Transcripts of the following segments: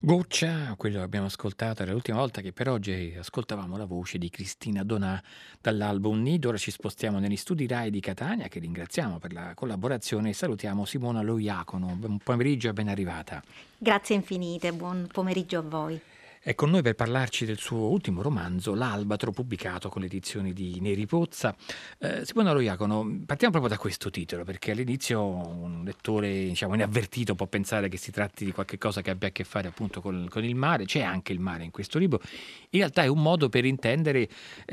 Goccia, quello che abbiamo ascoltato era l'ultima volta che per oggi ascoltavamo la voce di Cristina Donà dall'album Nido. Ora ci spostiamo negli studi Rai di Catania, che ringraziamo per la collaborazione, e salutiamo Simona Loiacono. Buon pomeriggio e ben arrivata. Grazie infinite, buon pomeriggio a voi. È con noi per parlarci del suo ultimo romanzo, L'Albatro, pubblicato con le edizioni di Neri Pozza. Simona Loiacono, partiamo proprio da questo titolo, perché all'inizio un lettore, diciamo, inavvertito può pensare che si tratti di qualche cosa che abbia a che fare appunto con il mare. C'è anche il mare in questo libro. In realtà è un modo per intendere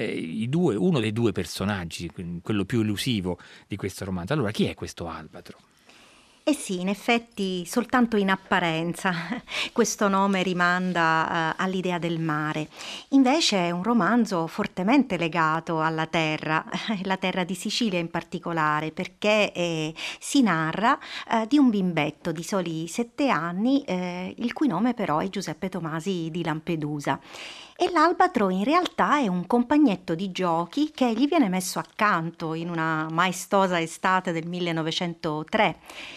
uno dei due personaggi, quello più elusivo di questo romanzo. Allora, chi è questo Albatro? Eh sì, in effetti soltanto in apparenza questo nome rimanda all'idea del mare. Invece è un romanzo fortemente legato alla terra, la terra di Sicilia in particolare, perché si narra di un bimbetto di soli 7 anni, il cui nome però è Giuseppe Tomasi di Lampedusa. E l'albatro in realtà è un compagnetto di giochi che gli viene messo accanto in una maestosa estate del 1903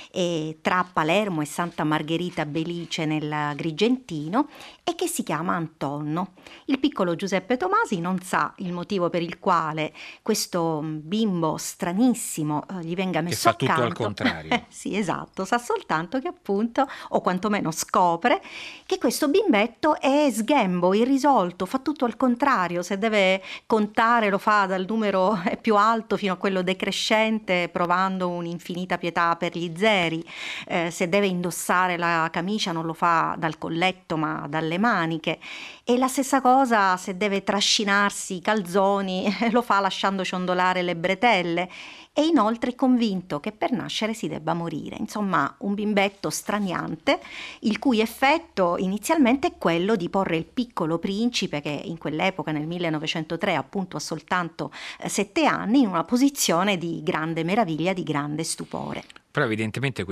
tra Palermo e Santa Margherita Belice nel Agrigentino, e che si chiama Antonno. Il piccolo Giuseppe Tomasi non sa il motivo per il quale questo bimbo stranissimo gli venga Che messo fa tutto al accanto. contrario. Sì, esatto, sa soltanto che appunto, o quantomeno scopre, che questo bimbetto è sghembo, irrisolto, fa tutto al contrario. Se deve contare lo fa dal numero più alto fino a quello decrescente, provando un'infinita pietà per gli zeri. Se deve indossare la camicia non lo fa dal colletto ma dalle maniche, e la stessa cosa se deve trascinarsi i calzoni lo fa lasciando ciondolare le bretelle, e inoltre è convinto che per nascere si debba morire. Insomma, un bimbetto straniante, il cui effetto inizialmente è quello di porre il piccolo principe, che in quell'epoca nel 1903 appunto ha soltanto 7 anni, in una posizione di grande meraviglia, di grande stupore. Però evidentemente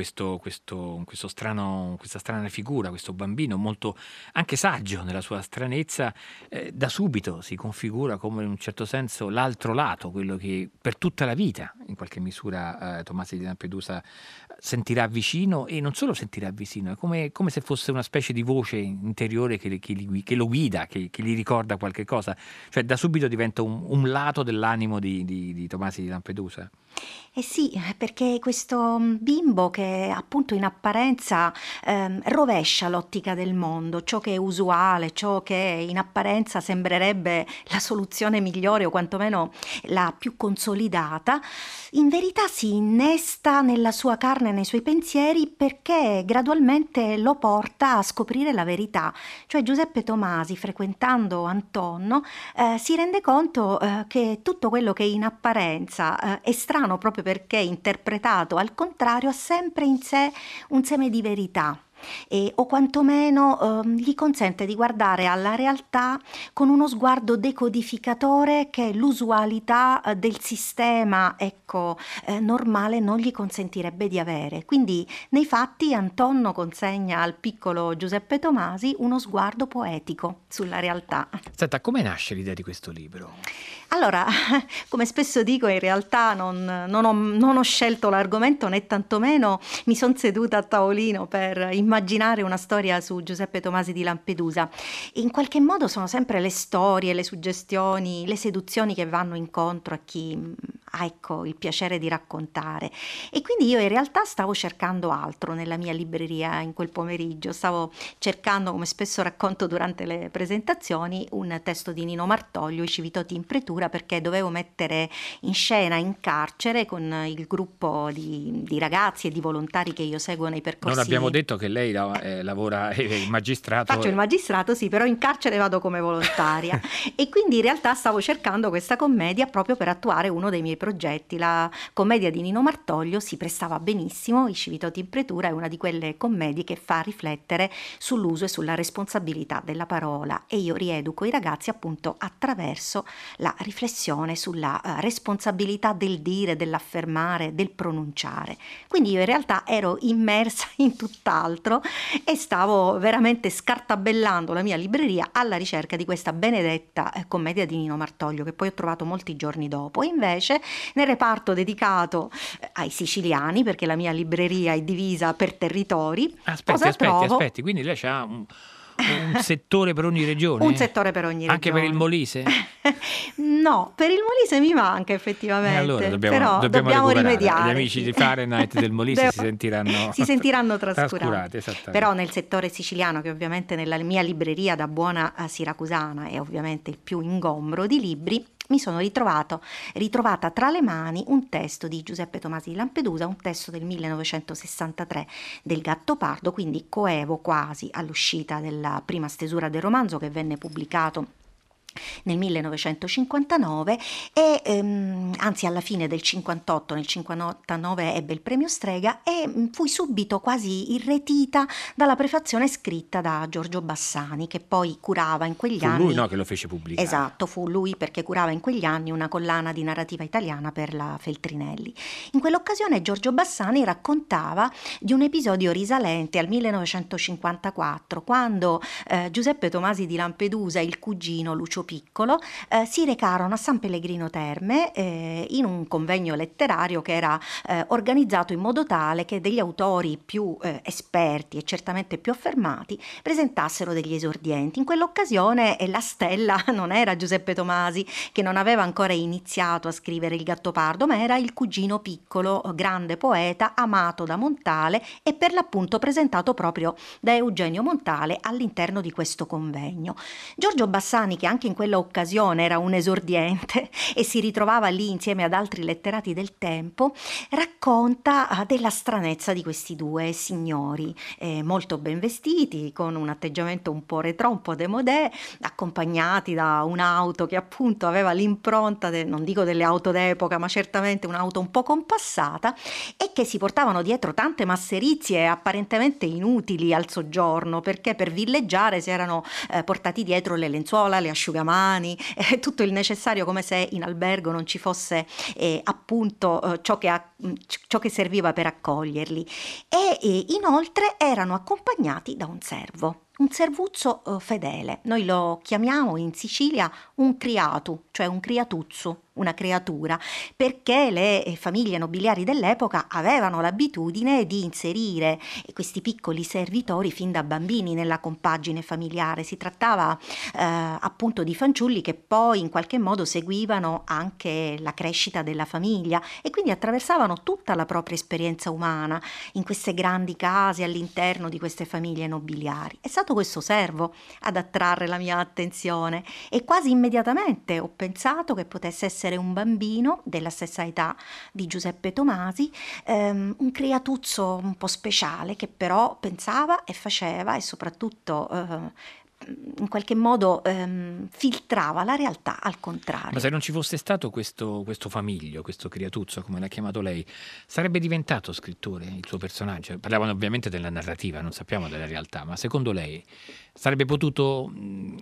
questa strana figura, questo bambino molto anche saggio nella sua stranezza, da subito si configura come in un certo senso l'altro lato, quello che per tutta la vita, in qualche misura, Tomasi di Lampedusa sentirà vicino, e non solo sentirà vicino, è come se fosse una specie di voce interiore che lo guida, che gli ricorda qualche cosa. Cioè da subito diventa un lato dell'animo di Tomasi di Lampedusa. Eh sì, perché questo bimbo che appunto in apparenza rovescia l'ottica del mondo, ciò che è usuale, ciò che in apparenza sembrerebbe la soluzione migliore o quantomeno la più consolidata, in verità si innesta nella sua carne e nei suoi pensieri, perché gradualmente lo porta a scoprire la verità. Cioè Giuseppe Tomasi, frequentando Antonno, si rende conto che tutto quello che in apparenza è strano proprio perché interpretato al contrario, ha sempre in sé un seme di verità. O quantomeno gli consente di guardare alla realtà con uno sguardo decodificatore che l'usualità del sistema, ecco, normale non gli consentirebbe di avere. Quindi nei fatti Antonno consegna al piccolo Giuseppe Tomasi uno sguardo poetico sulla realtà. Senta, come nasce l'idea di questo libro? Allora, come spesso dico, in realtà non ho scelto l'argomento, né tantomeno mi sono seduta a tavolino per immaginare una storia su Giuseppe Tomasi di Lampedusa. In qualche modo sono sempre le storie, le suggestioni, le seduzioni che vanno incontro a chi ha, ecco, il piacere di raccontare. E quindi io in realtà stavo cercando altro nella mia libreria in quel pomeriggio. Stavo cercando, come spesso racconto durante le presentazioni, un testo di Nino Martoglio, I Civitoti in pretura, perché dovevo mettere in scena in carcere con il gruppo di ragazzi e di volontari che io seguo nei Non percorsi. abbiamo detto che lei lavora, è il magistrato. Faccio il magistrato, sì, però in carcere vado come volontaria. E quindi in realtà stavo cercando questa commedia proprio per attuare uno dei miei progetti. La commedia di Nino Martoglio si prestava benissimo, I Civitoti in pretura è una di quelle commedie che fa riflettere sull'uso e sulla responsabilità della parola, e io rieduco i ragazzi appunto attraverso la riflessione sulla responsabilità del dire, dell'affermare, del pronunciare. Quindi io in realtà ero immersa in tutt'altro e stavo veramente scartabellando la mia libreria alla ricerca di questa benedetta commedia di Nino Martoglio, che poi ho trovato molti giorni dopo. E invece nel reparto dedicato ai siciliani, perché la mia libreria è divisa per territori, cosa trovo? Aspetti, quindi lei ha Un settore per ogni Un regione? settore per ogni Anche per il regione. Molise? No, per il Molise mi manca E allora effettivamente, dobbiamo, però dobbiamo dobbiamo recuperare. Gli rimediare, amici sì. di Fahrenheit del Molise Devo- si sentiranno si sentiranno trascurati, trascurati. Però esattamente. nel settore siciliano, che ovviamente nella mia libreria da buona siracusana è ovviamente il più ingombro di libri, mi sono ritrovata tra le mani un testo di Giuseppe Tomasi di Lampedusa, un testo del 1963 del Gattopardo, quindi coevo quasi all'uscita della prima stesura del romanzo, che venne pubblicato nel 1959 e anzi alla fine del 58, nel 59 ebbe il premio Strega e fui subito quasi irretita dalla prefazione scritta da Giorgio Bassani, che poi curava in quegli Fu lui, anni. no, che lo fece pubblicare. Esatto, fu lui perché curava in quegli anni una collana di narrativa italiana per la Feltrinelli. In quell'occasione Giorgio Bassani raccontava di un episodio risalente al 1954, quando Giuseppe Tomasi di Lampedusa e il cugino Lucio Piccolo si recarono a San Pellegrino Terme in un convegno letterario che era organizzato in modo tale che degli autori più esperti e certamente più affermati presentassero degli esordienti. In quell'occasione la stella non era Giuseppe Tomasi, che non aveva ancora iniziato a scrivere Il Gattopardo, ma era il cugino Piccolo, grande poeta, amato da Montale e per l'appunto presentato proprio da Eugenio Montale all'interno di questo convegno. Giorgio Bassani, che anche in quella occasione era un esordiente e si ritrovava lì insieme ad altri letterati del tempo, racconta della stranezza di questi due signori, molto ben vestiti, con un atteggiamento un po' retro, un po' démodé, accompagnati da un'auto che appunto aveva l'impronta, non dico delle auto d'epoca, ma certamente un'auto un po' compassata, e che si portavano dietro tante masserizie apparentemente inutili al soggiorno, perché per villeggiare si erano portati dietro le lenzuola, le asciugamani, tutto il necessario, come se in albergo non ci fosse appunto ciò che serviva per accoglierli. E inoltre erano accompagnati da un servuzzo fedele. Noi lo chiamiamo in Sicilia un criatu, cioè un criatuzzo, una creatura, perché le famiglie nobiliari dell'epoca avevano l'abitudine di inserire questi piccoli servitori fin da bambini nella compagine familiare. Si trattava appunto di fanciulli che poi in qualche modo seguivano anche la crescita della famiglia e quindi attraversavano tutta la propria esperienza umana in queste grandi case all'interno di queste famiglie nobiliari. È stato questo servo ad attrarre la mia attenzione e quasi immediatamente ho pensato che potesse essere un bambino della stessa età di Giuseppe Tomasi, un creatuzzo un po' speciale che però pensava e faceva e soprattutto in qualche modo filtrava la realtà al contrario. Ma se non ci fosse stato questo famiglio, questo criatuzzo, come l'ha chiamato lei, sarebbe diventato scrittore il suo personaggio? Parlavano ovviamente della narrativa, non sappiamo della realtà, ma secondo lei sarebbe potuto,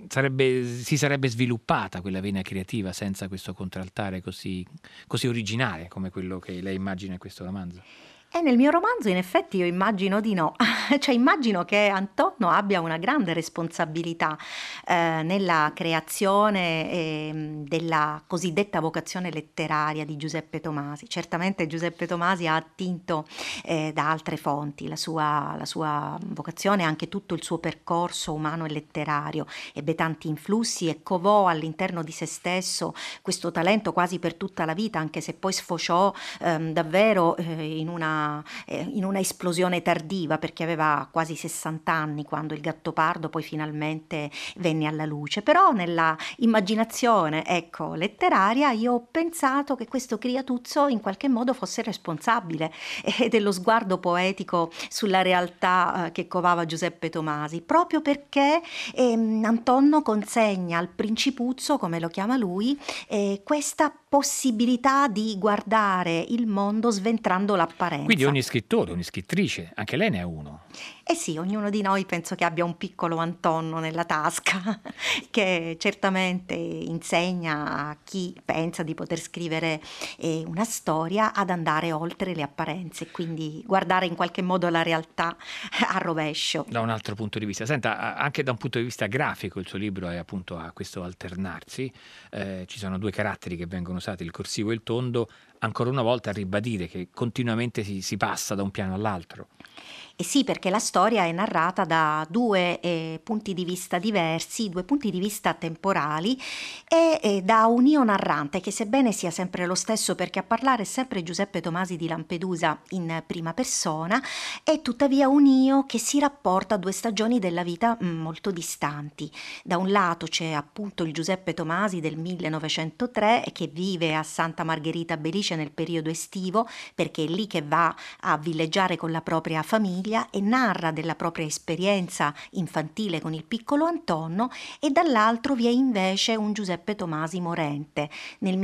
si sarebbe sviluppata quella vena creativa senza questo contraltare così originale come quello che lei immagina in questo romanzo? E nel mio romanzo in effetti io immagino di no, cioè immagino che Antonio abbia una grande responsabilità nella creazione della cosiddetta vocazione letteraria di Giuseppe Tomasi. Certamente Giuseppe Tomasi ha attinto da altre fonti la sua vocazione, anche tutto il suo percorso umano e letterario, ebbe tanti influssi e covò all'interno di se stesso questo talento quasi per tutta la vita, anche se poi sfociò davvero in una esplosione tardiva, perché aveva quasi 60 anni quando Il Gattopardo poi finalmente venne alla luce. Però nella immaginazione, ecco, letteraria, io ho pensato che questo criatuzzo in qualche modo fosse responsabile dello sguardo poetico sulla realtà che covava Giuseppe Tomasi, proprio perché Antonio consegna al principuzzo, come lo chiama lui, questa possibilità di guardare il mondo sventrando l'apparenza. Quindi ogni scrittore, ogni scrittrice, anche lei ne è uno. Eh sì, ognuno di noi penso che abbia un piccolo Antonio nella tasca che certamente insegna a chi pensa di poter scrivere una storia ad andare oltre le apparenze, quindi guardare in qualche modo la realtà a rovescio. Da un altro punto di vista. Senta, anche da un punto di vista grafico il suo libro è appunto a questo alternarsi. Ci sono due caratteri che vengono usati, il corsivo e il tondo, ancora una volta a ribadire che continuamente si passa da un piano all'altro. E sì, perché la storia è narrata da due punti di vista diversi, due punti di vista temporali e da un io narrante che, sebbene sia sempre lo stesso perché a parlare è sempre Giuseppe Tomasi di Lampedusa in prima persona, è tuttavia un io che si rapporta a due stagioni della vita molto distanti. Da un lato c'è appunto il Giuseppe Tomasi del 1903 che vive a Santa Margherita Belice nel periodo estivo, perché è lì che va a villeggiare con la propria famiglia e narra della propria esperienza infantile con il piccolo Antonio, e dall'altro vi è invece un Giuseppe Tomasi morente. Nel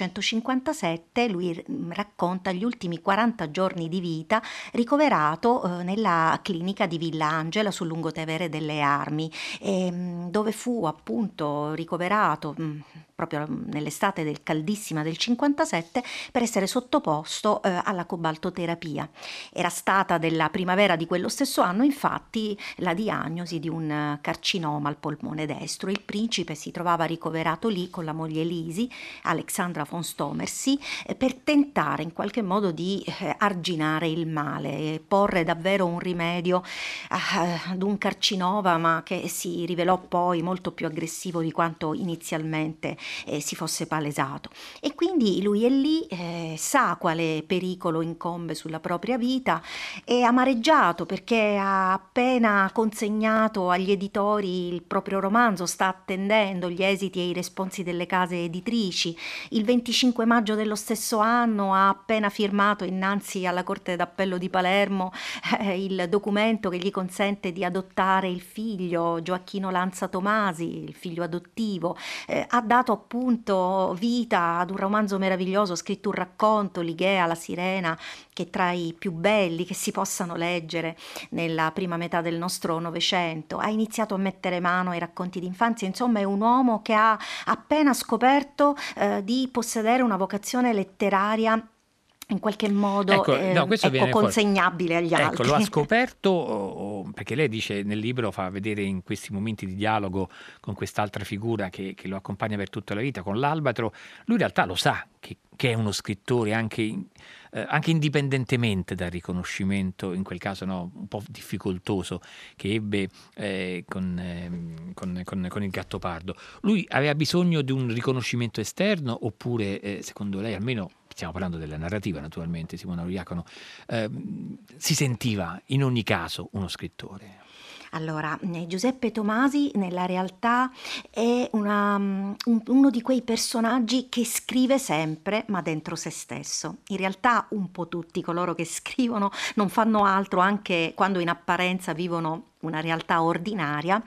1957 lui racconta gli ultimi 40 giorni di vita ricoverato nella clinica di Villa Angela sul lungotevere delle Armi, dove fu appunto ricoverato proprio nell'estate caldissima del 57 per essere sottoposto alla cobaltoterapia. Era stata della primavera di quello stesso anno infatti la diagnosi di un carcinoma al polmone destro. Il principe si trovava ricoverato lì con la moglie Lisi, Alexandra von Stomersy, per tentare in qualche modo di arginare il male e porre davvero un rimedio ad un carcinoma, ma che si rivelò poi molto più aggressivo di quanto inizialmente si fosse palesato. E quindi lui è lì, sa quale pericolo incombe sulla propria vita, è amareggiato perché ha appena consegnato agli editori il proprio romanzo, sta attendendo gli esiti e i responsi delle case editrici. Il 25 maggio dello stesso anno ha appena firmato innanzi alla Corte d'Appello di Palermo il documento che gli consente di adottare il figlio Gioacchino Lanza Tomasi, il figlio adottivo. Ha dato appunto vita ad un romanzo meraviglioso, scritto un racconto, Ligea, la sirena, che è tra i più belli che si possano leggere nella prima metà del nostro Novecento. Ha iniziato a mettere mano ai racconti d'infanzia, insomma è un uomo che ha appena scoperto di possedere una vocazione letteraria in qualche modo Ecco, no, questo viene fuori. consegnabile agli Ecco, altri. lo ha scoperto perché lei dice nel libro, fa vedere in questi momenti di dialogo con quest'altra figura che lo accompagna per tutta la vita, con l'Albatro. Lui in realtà lo sa che è uno scrittore anche indipendentemente dal riconoscimento, in quel caso no, un po' difficoltoso, che ebbe con il Gattopardo. Lui aveva bisogno di un riconoscimento esterno oppure, secondo lei, almeno stiamo parlando della narrativa naturalmente, Simona Loiacono, si sentiva in ogni caso uno scrittore? Allora, Giuseppe Tomasi nella realtà è uno di quei personaggi che scrive sempre, ma dentro se stesso. In realtà un po' tutti coloro che scrivono non fanno altro, anche quando in apparenza vivono una realtà ordinaria,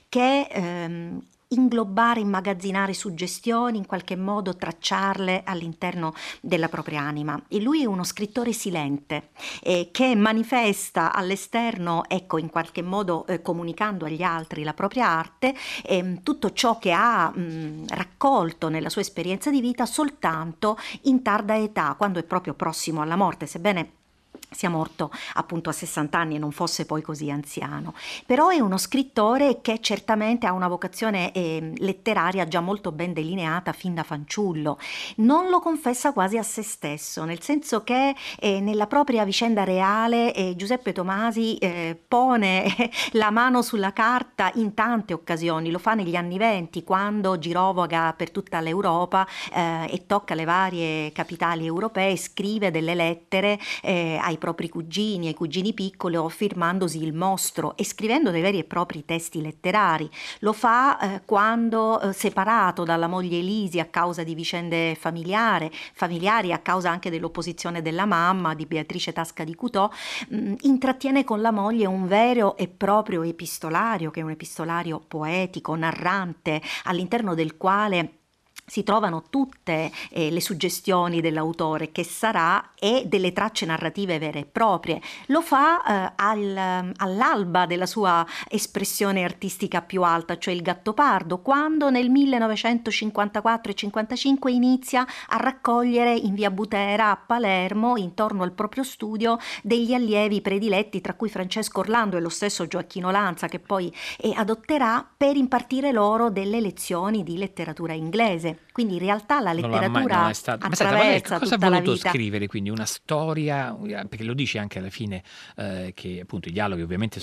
che inglobare, immagazzinare suggestioni, in qualche modo tracciarle all'interno della propria anima. E lui è uno scrittore silente che manifesta all'esterno, ecco, in qualche modo comunicando agli altri la propria arte, tutto ciò che ha raccolto nella sua esperienza di vita soltanto in tarda età, quando è proprio prossimo alla morte, sebbene sia morto appunto a 60 anni e non fosse poi così anziano. Però è uno scrittore che certamente ha una vocazione letteraria già molto ben delineata fin da fanciullo. Non lo confessa quasi a se stesso, nel senso che nella propria vicenda reale Giuseppe Tomasi pone la mano sulla carta in tante occasioni. Lo fa negli anni '20, quando girovaga per tutta l'Europa e tocca le varie capitali europee, scrive delle lettere ai propri cugini, ai cugini piccoli, o firmandosi il Mostro e scrivendo dei veri e propri testi letterari. Lo fa quando separato dalla moglie Elisi a causa di vicende familiari, a causa anche dell'opposizione della mamma, di Beatrice Tasca di Cutò, intrattiene con la moglie un vero e proprio epistolario, che è un epistolario poetico, narrante, all'interno del quale si trovano tutte le suggestioni dell'autore che sarà, e delle tracce narrative vere e proprie. Lo fa all'alba della sua espressione artistica più alta, cioè il Gattopardo, quando nel 1954 e 55 inizia a raccogliere in via Butera a Palermo, intorno al proprio studio, degli allievi prediletti, tra cui Francesco Orlando e lo stesso Gioacchino Lanza, che poi adotterà, per impartire loro delle lezioni di letteratura inglese. vite. Quindi in realtà la Non è letteratura stato. Ma senta, ma lei attraversa cosa ha tutta la voluto vita. scrivere? Quindi una storia, perché lo dice anche alla fine, che appunto i dialoghi ovviamente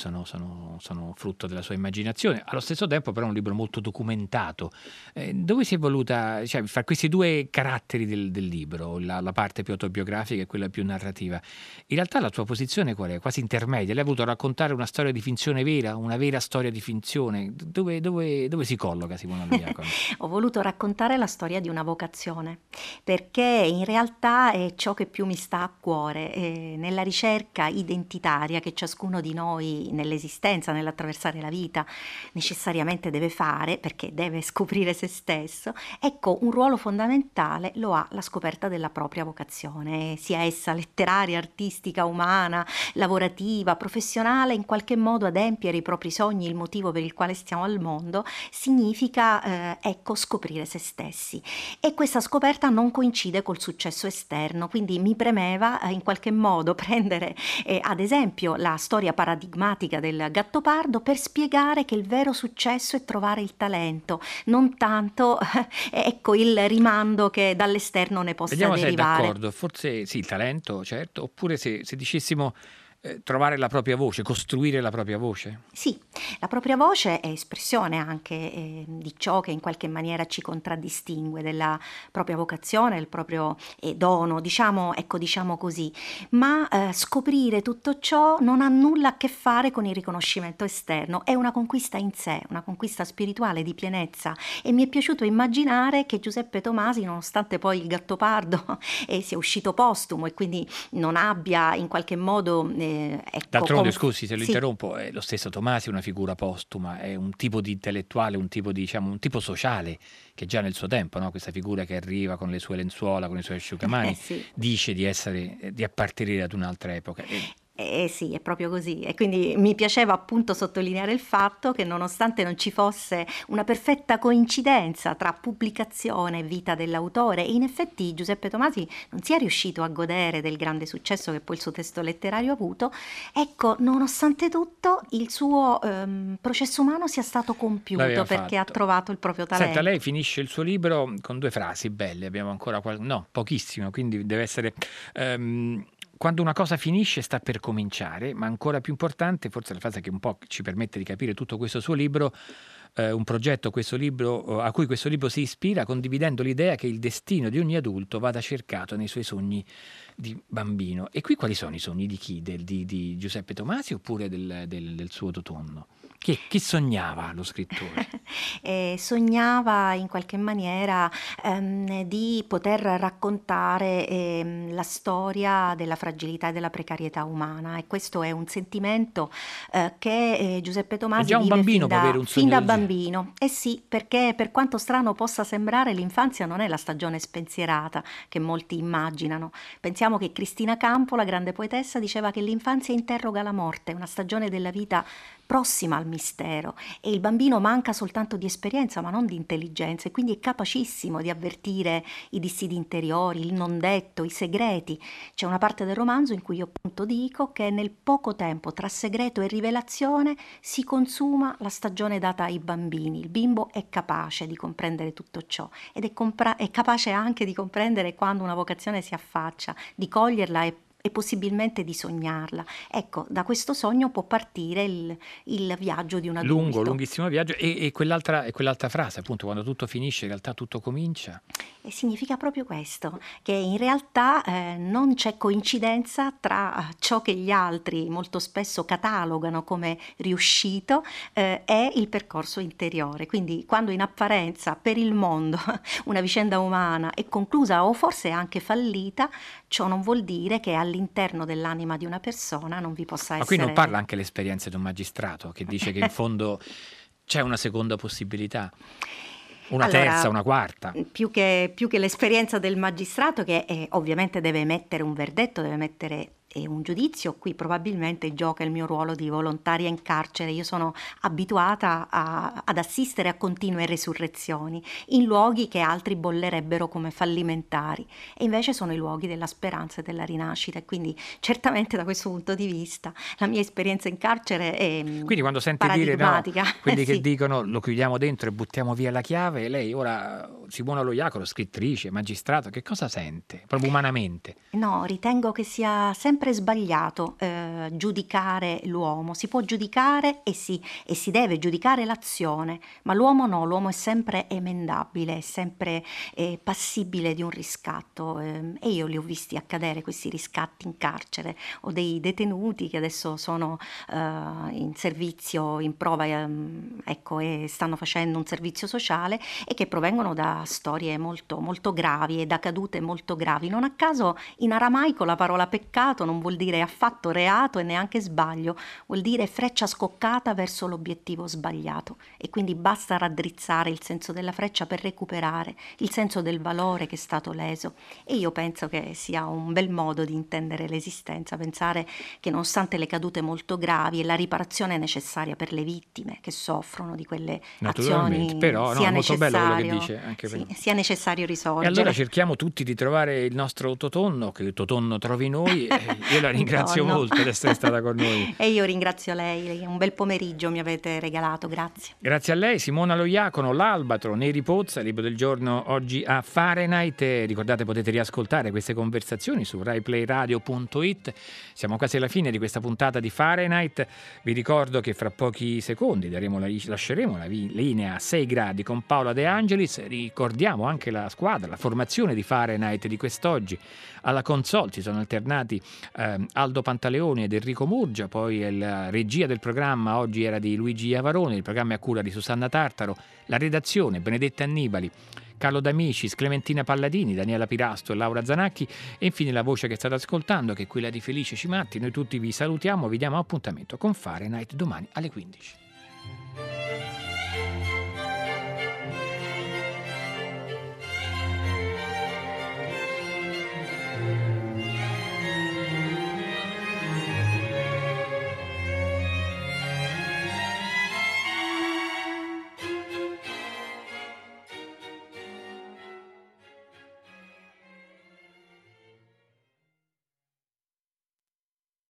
sono frutto della sua immaginazione, allo stesso tempo però è un libro molto documentato. Dove si è voluta, cioè, fare questi due caratteri del libro, la parte più autobiografica e quella più narrativa? In realtà la tua posizione qual è? Quasi intermedia. Lei ha voluto raccontare una storia di finzione vera, una vera storia di finzione. Dove si colloca Simona Lo Diacono? Ho voluto raccontare la storia di una vocazione, perché in realtà è ciò che più mi sta a cuore, nella ricerca identitaria che ciascuno di noi nell'esistenza, nell'attraversare la vita, necessariamente deve fare, perché deve scoprire se stesso. Ecco, un ruolo fondamentale lo ha la scoperta della propria vocazione, sia essa letteraria, artistica, umana, lavorativa, professionale, in qualche modo adempiere i propri sogni, il motivo per il quale stiamo al mondo, significa ecco, scoprire se stessi. E questa scoperta non coincide col successo esterno, quindi mi premeva in qualche modo prendere ad esempio la storia paradigmatica del Gattopardo per spiegare che il vero successo è trovare il talento, non tanto ecco il rimando che dall'esterno ne possa Vediamo se è derivare. d'accordo. Forse sì, il talento, certo, oppure se dicessimo trovare la propria voce, costruire la propria voce. Sì, la propria voce è espressione anche di ciò che in qualche maniera ci contraddistingue, della propria vocazione, del proprio dono, diciamo, ecco, diciamo così. Ma scoprire tutto ciò non ha nulla a che fare con il riconoscimento esterno, è una conquista in sé, una conquista spirituale di pienezza. E mi è piaciuto immaginare che Giuseppe Tomasi, nonostante poi il Gattopardo sia uscito postumo e quindi non abbia in qualche modo ecco, D'altronde, scusi se lo sì. interrompo, lo stesso Tomasi è una figura postuma, è un tipo di intellettuale, un tipo, diciamo, un tipo sociale che già nel suo tempo, no? Questa figura che arriva con le sue lenzuola, con i suoi asciugamani, Sì. dice di appartenere ad un'altra epoca. Sì, è proprio così. E quindi mi piaceva appunto sottolineare il fatto che nonostante non ci fosse una perfetta coincidenza tra pubblicazione e vita dell'autore, in effetti Giuseppe Tomasi non sia riuscito a godere del grande successo che poi il suo testo letterario ha avuto, ecco, nonostante tutto il suo processo umano sia stato compiuto L'aveva perché ha fatto. trovato il proprio Senta, talento. lei finisce il suo libro con due frasi belle, abbiamo ancora no, pochissimo, quindi deve essere quando una cosa finisce sta per cominciare, ma ancora più importante, forse la frase che un po' ci permette di capire tutto questo suo libro, un progetto questo libro, a cui questo libro si ispira, condividendo l'idea che il destino di ogni adulto vada cercato nei suoi sogni di bambino. E qui quali sono i sogni di chi? Di Giuseppe Tomasi oppure del suo Totonno? Chi sognava lo scrittore? Sognava in qualche maniera di poter raccontare la storia della fragilità e della precarietà umana, e questo è un sentimento che Giuseppe E Tomasi già un vive bambino può avere un fin sogno da del genere. bambino. Eh sì, perché per quanto strano possa sembrare, l'infanzia non è la stagione spensierata che molti immaginano. Pensiamo che Cristina Campo, la grande poetessa, diceva che l'infanzia interroga la morte, una stagione della vita prossima al mistero, e il bambino manca soltanto di esperienza ma non di intelligenza, e quindi è capacissimo di avvertire i dissidi interiori, il non detto, i segreti. C'è una parte del romanzo in cui io appunto dico che nel poco tempo tra segreto e rivelazione si consuma la stagione data ai bambini. Il bimbo è capace di comprendere tutto ciò ed è capace anche di comprendere quando una vocazione si affaccia, di coglierla e possibilmente di sognarla. Ecco, da questo sogno può partire il viaggio di un Lungo, adulto. lunghissimo viaggio e quell'altra frase, appunto, quando tutto finisce in realtà tutto comincia. E significa proprio questo, che in realtà non c'è coincidenza tra ciò che gli altri molto spesso catalogano come riuscito e il percorso interiore. Quindi quando in apparenza per il mondo una vicenda umana è conclusa o forse anche fallita, ciò non vuol dire che all'interno dell'anima di una persona non vi possa Ma qui non essere... parla anche l'esperienza di un magistrato che dice che in fondo c'è una seconda possibilità, una terza, Allora, una quarta. più che l'esperienza del magistrato che ovviamente deve emettere un verdetto, deve emettere è un giudizio, qui probabilmente gioca il mio ruolo di volontaria in carcere. Io sono abituata ad assistere a continue resurrezioni in luoghi che altri bollerebbero come fallimentari, e invece sono i luoghi della speranza e della rinascita, e quindi certamente da questo punto di vista la mia esperienza in carcere è Quindi quando sente dire, no, paradigmatica. quelli che Sì. dicono lo chiudiamo dentro e buttiamo via la chiave, lei ora, Simona Lo Iacolo, scrittrice, magistrato, che cosa sente proprio umanamente? No, ritengo che sia sempre sbagliato giudicare l'uomo. Si può giudicare e si deve giudicare l'azione, ma l'uomo no, l'uomo è sempre emendabile, è sempre passibile di un riscatto, e io li ho visti accadere questi riscatti in carcere. Ho dei detenuti che adesso sono in servizio, in prova, ecco, e stanno facendo un servizio sociale, e che provengono da storie molto, molto gravi e da cadute molto gravi. Non a caso in aramaico la parola peccato non vuol dire affatto reato e neanche sbaglio, vuol dire freccia scoccata verso l'obiettivo sbagliato, e quindi basta raddrizzare il senso della freccia per recuperare il senso del valore che è stato leso. E io penso che sia un bel modo di intendere l'esistenza, pensare che nonostante le cadute molto gravi e la riparazione necessaria per le vittime che soffrono di quelle Naturalmente, azioni, però no, sia è molto bello quello che necessario, dice, anche sì, per... sia necessario E allora risorgere. cerchiamo tutti di trovare il nostro Totonno, che il Totonno trovi noi, e io la ringrazio Buongiorno. molto di essere stata con noi. E io ringrazio lei, un bel pomeriggio mi avete regalato, grazie. Grazie a lei, Simona Lo Iacolo, L'Albatro, Neri Pozza, libro del giorno oggi a Fahrenheit. Ricordate, potete riascoltare queste conversazioni su raiplayradio.it. Siamo quasi alla fine di questa puntata di Fahrenheit. Vi ricordo che fra pochi secondi lasceremo la linea a 6 gradi con Paola De Angelis. Ricordiamo anche la squadra, la formazione di Fahrenheit di quest'oggi. Alla console si sono alternati Aldo Pantaleoni ed Enrico Murgia, poi la regia del programma oggi era di Luigi Avarone, il programma è a cura di Susanna Tartaro, la redazione Benedetta Annibali, Carlo D'Amicis, Clementina Palladini, Daniela Pirasto e Laura Zanacchi, e infine la voce che state ascoltando, che è quella di Felice Cimatti. Noi tutti vi salutiamo, vi diamo appuntamento con Fahrenheit domani alle 15.